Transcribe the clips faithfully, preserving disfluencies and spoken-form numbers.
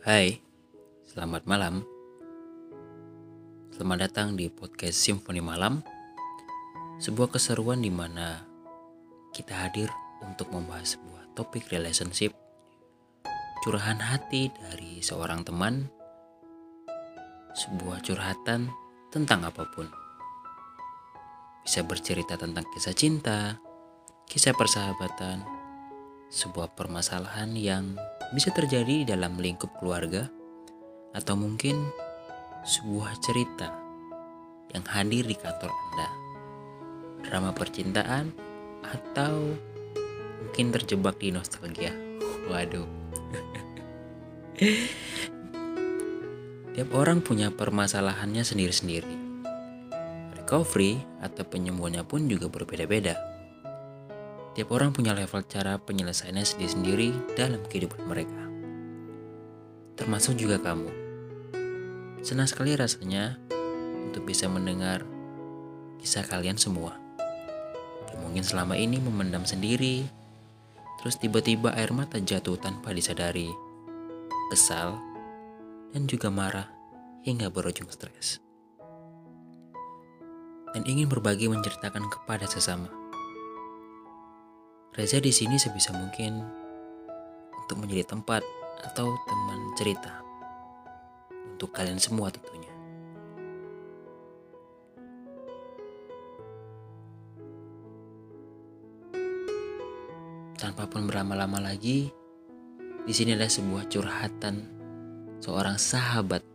Hai, selamat malam. Selamat datang di podcast Simfoni Malam, sebuah keseruan di mana kita hadir untuk membahas sebuah topik relationship, curahan hati dari seorang teman, sebuah curhatan tentang apapun. Bisa bercerita tentang kisah cinta, kisah persahabatan, sebuah permasalahan yang bisa terjadi dalam lingkup keluarga, atau mungkin sebuah cerita yang hadir di kantor Anda, drama percintaan, atau mungkin terjebak di nostalgia. Waduh. Tiap orang punya permasalahannya sendiri-sendiri. Recovery atau penyembuhannya pun juga berbeda-beda. Tiap orang punya level cara penyelesaiannya sendiri-sendiri dalam kehidupan mereka. Termasuk juga kamu. Senang sekali rasanya untuk bisa mendengar kisah kalian semua. Yang mungkin selama ini memendam sendiri, terus tiba-tiba air mata jatuh tanpa disadari, kesal, dan juga marah hingga berujung stres. Dan ingin berbagi menceritakan kepada sesama. Reza di sini sebisa mungkin untuk menjadi tempat atau teman cerita untuk kalian semua tentunya. Tanpa pun berlama-lama lagi, di sini ada sebuah curhatan seorang sahabat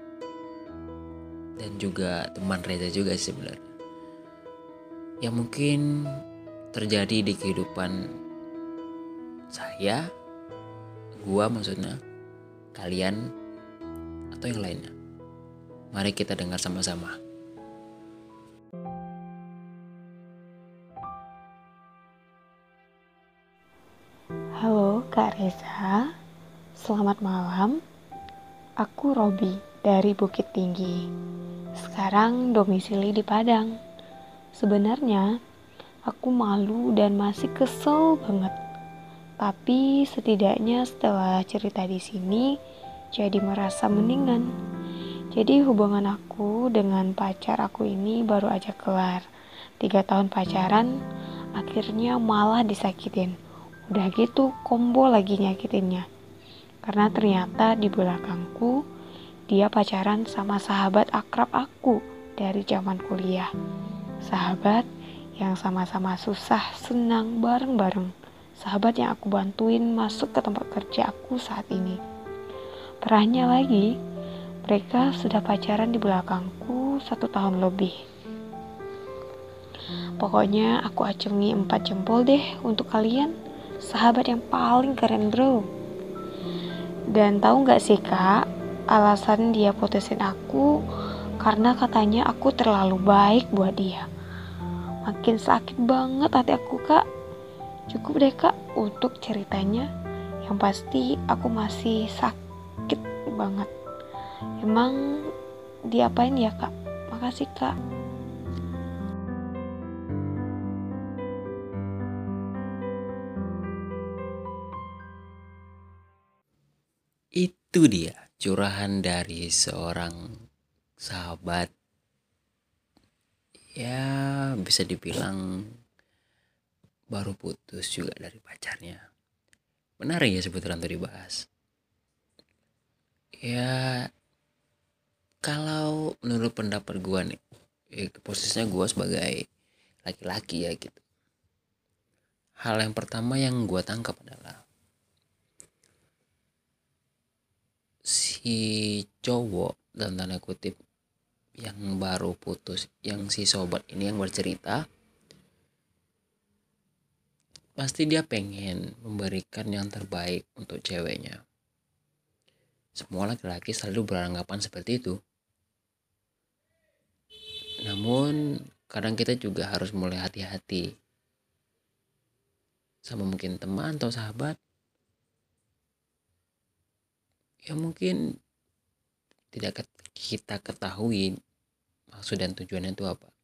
dan juga teman Reza juga sebenarnya, yang mungkin terjadi di kehidupan saya, gua maksudnya, kalian, atau yang lainnya. Mari kita dengar sama-sama. Halo Kak Reza, selamat malam. Aku Robi dari Bukit Tinggi. Sekarang domisili di Padang. Sebenarnya aku malu dan masih kesel banget. Tapi setidaknya setelah cerita di sini jadi merasa mendingan. Jadi hubungan aku dengan pacar aku ini baru aja kelar. Tiga tahun pacaran, akhirnya malah disakitin. Udah gitu combo lagi nyakitinnya. Karena ternyata di belakangku dia pacaran sama sahabat akrab aku dari zaman kuliah. Sahabat yang sama-sama susah senang bareng-bareng. Sahabat yang aku bantuin masuk ke tempat kerja aku saat ini. Parahnya lagi, mereka sudah pacaran di belakangku satu tahun lebih. Pokoknya aku acungi empat jempol deh untuk kalian. Sahabat yang paling keren bro. Dan tahu gak sih kak, alasan dia putusin aku karena katanya aku terlalu baik buat dia. Makin sakit banget hati aku kak. Cukup deh kak untuk ceritanya. Yang pasti aku masih sakit banget. Emang diapain ya kak? Makasih kak. Itu dia curahan dari seorang sahabat, ya bisa dibilang baru putus juga dari pacarnya. Menarik ya sebetulnya untuk dibahas. Ya kalau menurut pendapat gue nih, ya, posisinya gue sebagai laki-laki ya gitu. Hal yang pertama yang gue tangkap adalah si cowok dalam tanda kutip yang baru putus, yang si sobat ini yang bercerita, pasti dia pengen memberikan yang terbaik untuk ceweknya. Semua laki-laki selalu beranggapan seperti itu. Namun kadang kita juga harus mulai hati-hati sama mungkin teman atau sahabat yang mungkin tidak kita ketahui maksud dan tujuannya itu apa.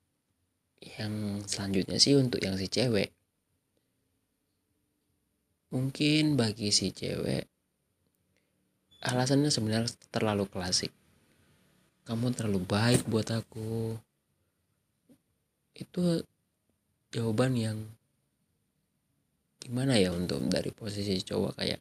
Yang selanjutnya sih untuk yang si cewek, Mungkin bagi si cewek alasannya sebenarnya terlalu klasik. Kamu terlalu baik buat aku. Itu jawaban yang gimana ya, untuk dari posisi cowok kayak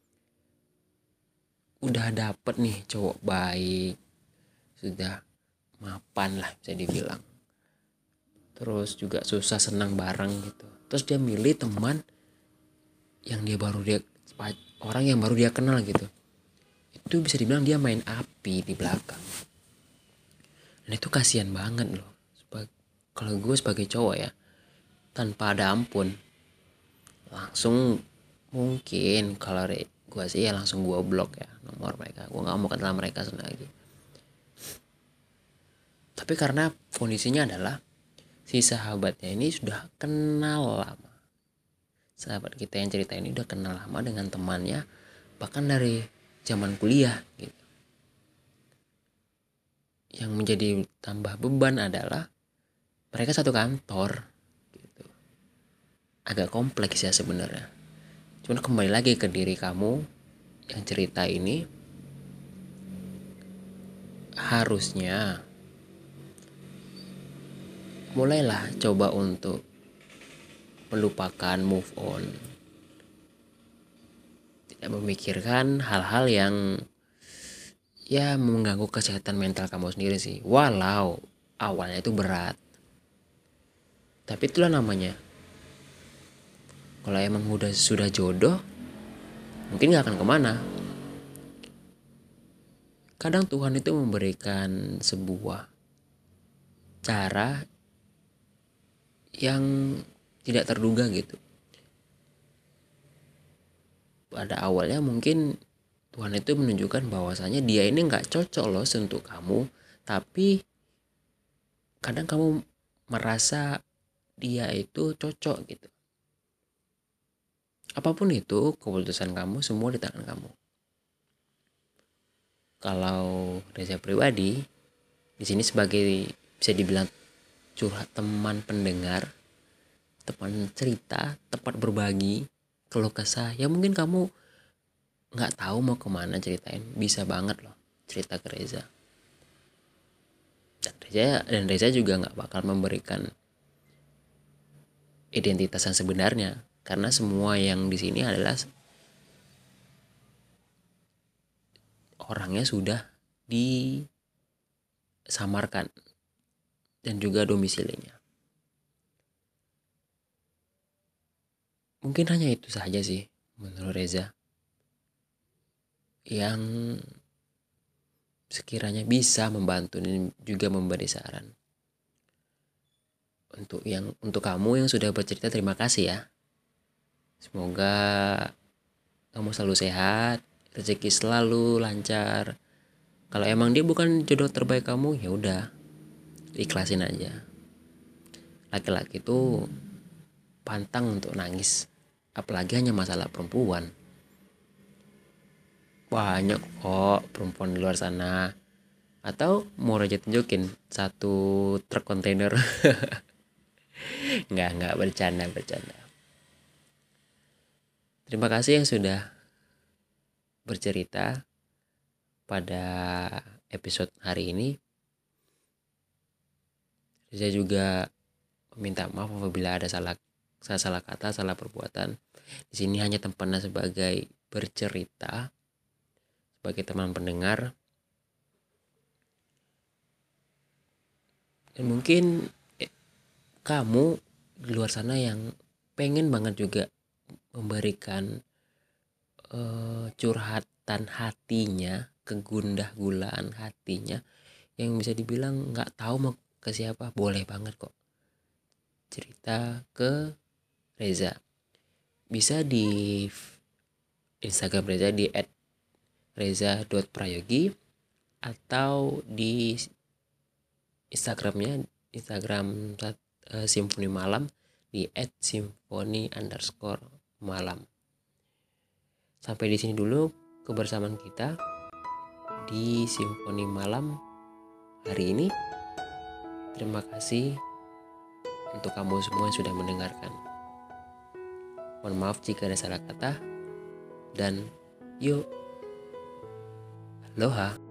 udah dapet nih cowok baik, sudah mapan lah bisa dibilang, terus juga susah senang bareng gitu, terus dia milih teman yang dia baru dia orang yang baru dia kenal gitu. Itu bisa dibilang dia main api di belakang, dan itu kasihan banget loh. Kalau gue sebagai cowok ya, tanpa ada ampun langsung, mungkin kalau gue sih ya langsung gue blok ya nomor mereka, gue nggak mau kenal mereka lagi. Tapi karena kondisinya adalah si sahabatnya ini sudah kenal lama, sahabat kita yang cerita ini udah kenal lama dengan temannya, bahkan dari zaman kuliah gitu. Yang menjadi tambah beban adalah mereka satu kantor gitu. Agak kompleks ya sebenarnya. Cuman kembali lagi ke diri kamu yang cerita ini, harusnya mulailah coba untuk melupakan, move on, tidak memikirkan hal-hal yang ya mengganggu kesehatan mental kamu sendiri sih. Walau awalnya itu berat, tapi itulah namanya. Kalau emang udah sudah jodoh, mungkin gak akan kemana. Kadang Tuhan itu memberikan sebuah cara yang tidak terduga gitu. Pada awalnya mungkin Tuhan itu menunjukkan bahwasanya dia ini gak cocok loh untuk kamu, tapi kadang kamu merasa dia itu cocok gitu. Apapun itu keputusan kamu, semua di tangan kamu. Kalau Reza pribadi di sini sebagai bisa dibilang curhat, teman pendengar, teman cerita, tempat berbagi keluh kesah, ya mungkin kamu nggak tahu mau kemana ceritain, bisa banget loh cerita ke Reza. Dan Reza dan Reza juga nggak bakal memberikan identitas yang sebenarnya, karena semua yang di sini adalah orangnya sudah disamarkan dan juga domisilinya. Mungkin hanya itu saja sih menurut Reza yang sekiranya bisa membantu dan juga memberi saran. Untuk yang untuk kamu yang sudah bercerita, terima kasih ya. Semoga kamu selalu sehat, rezeki selalu lancar. Kalau emang dia bukan jodoh terbaik kamu, ya udah, ikhlasin aja. Laki-laki itu pantang untuk nangis, apalagi hanya masalah perempuan. Banyak kok perempuan di luar sana. Atau mau Raja tunjukin satu truk kontainer. Nggak, nggak, bercanda, bercanda. Terima kasih yang sudah bercerita pada episode hari ini. Saya juga meminta maaf apabila ada salah salah kata, salah perbuatan. Di sini hanya tempatnya sebagai bercerita, sebagai teman pendengar. Dan mungkin eh, kamu di luar sana yang pengen banget juga memberikan uh, curhatan hatinya, kegundah gulaan hatinya, yang bisa dibilang nggak tahu mau ke siapa, boleh banget kok cerita ke Reza. Bisa di Instagram Reza di et reza dot prayogi atau di Instagramnya Instagram uh, Simfoni Malam di et simfoni underscore malam. Sampai di sini dulu kebersamaan kita di Simfoni Malam hari ini. Terima kasih untuk kamu semua yang sudah mendengarkan. Mohon maaf jika ada salah kata, dan yuk, aloha.